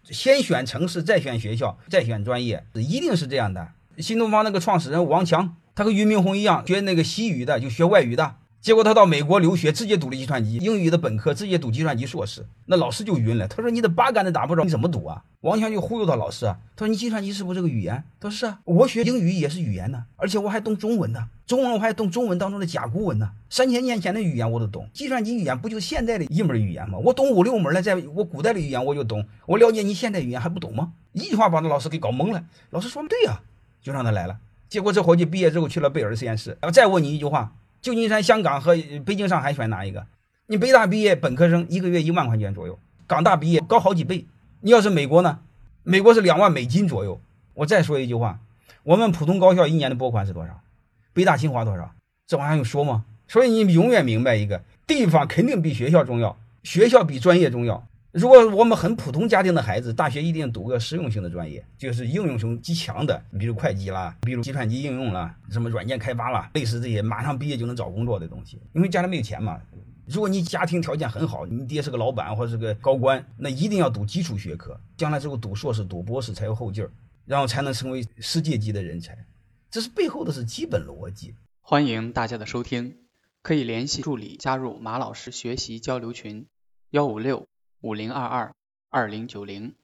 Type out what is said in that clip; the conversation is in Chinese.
先选城市，再选学校，再选专业，一定是这样的。新东方那个创始人王强，他和俞敏洪一样，学那个西语的，就学外语的，结果他到美国留学，直接读了计算机，英语的本科直接读计算机硕士，那老师就晕了，他说你的八竿子打不着，你怎么读啊？王强就忽悠他老师啊，他说你计算机是不是这个语言？他说是啊，我学英语也是语言呢，而且我还懂中文呢，中文我还懂中文当中的甲骨文呢，3000年前的语言我都懂，计算机语言不就现在的一门语言吗？我懂5、6门了，在我古代的语言我就懂，我了解你现代语言还不懂吗？一句话把那老师给搞懵了，老师说对呀，就让他来了。结果这伙计毕业之后去了贝尔实验室。然后再问你一句话，旧金山、香港和北京、上海选哪一个？你北大毕业本科生1个月1万块钱左右，港大毕业高好几倍。你要是美国呢？美国是2万美金左右。我再说一句话，我们普通高校1年的拨款是多少？北大清华多少？这玩意儿有说吗？所以你永远明白一个地方肯定比学校重要，学校比专业重要。如果我们很普通家庭的孩子，大学一定读个实用性的专业，就是应用性极强的，比如会计啦，比如计算机应用啦，什么软件开发啦，类似这些马上毕业就能找工作的东西。因为家里没有钱嘛。如果你家庭条件很好，你爹是个老板或是个高官，那一定要读基础学科，将来之后读硕士读博士才有后劲儿，然后才能成为世界级的人才。这是背后的是基本逻辑。 欢迎大家的收听，可以联系助理加入马老师学习交流群15650222090。